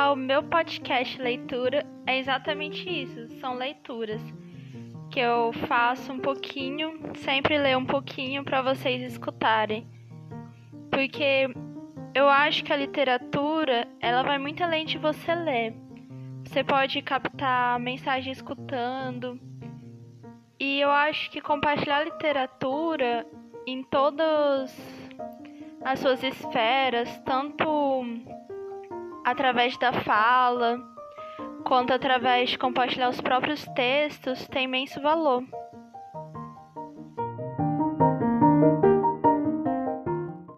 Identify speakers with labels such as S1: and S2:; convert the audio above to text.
S1: o meu podcast Leitura é exatamente isso, são leituras que eu faço um pouquinho, sempre leio um pouquinho para vocês escutarem. Porque eu acho que a literatura, ela vai muito além de você ler. Você pode captar a mensagem escutando. E eu acho que compartilhar literatura em todas as suas esferas, tanto através da fala, quanto através de compartilhar os próprios textos, tem imenso valor.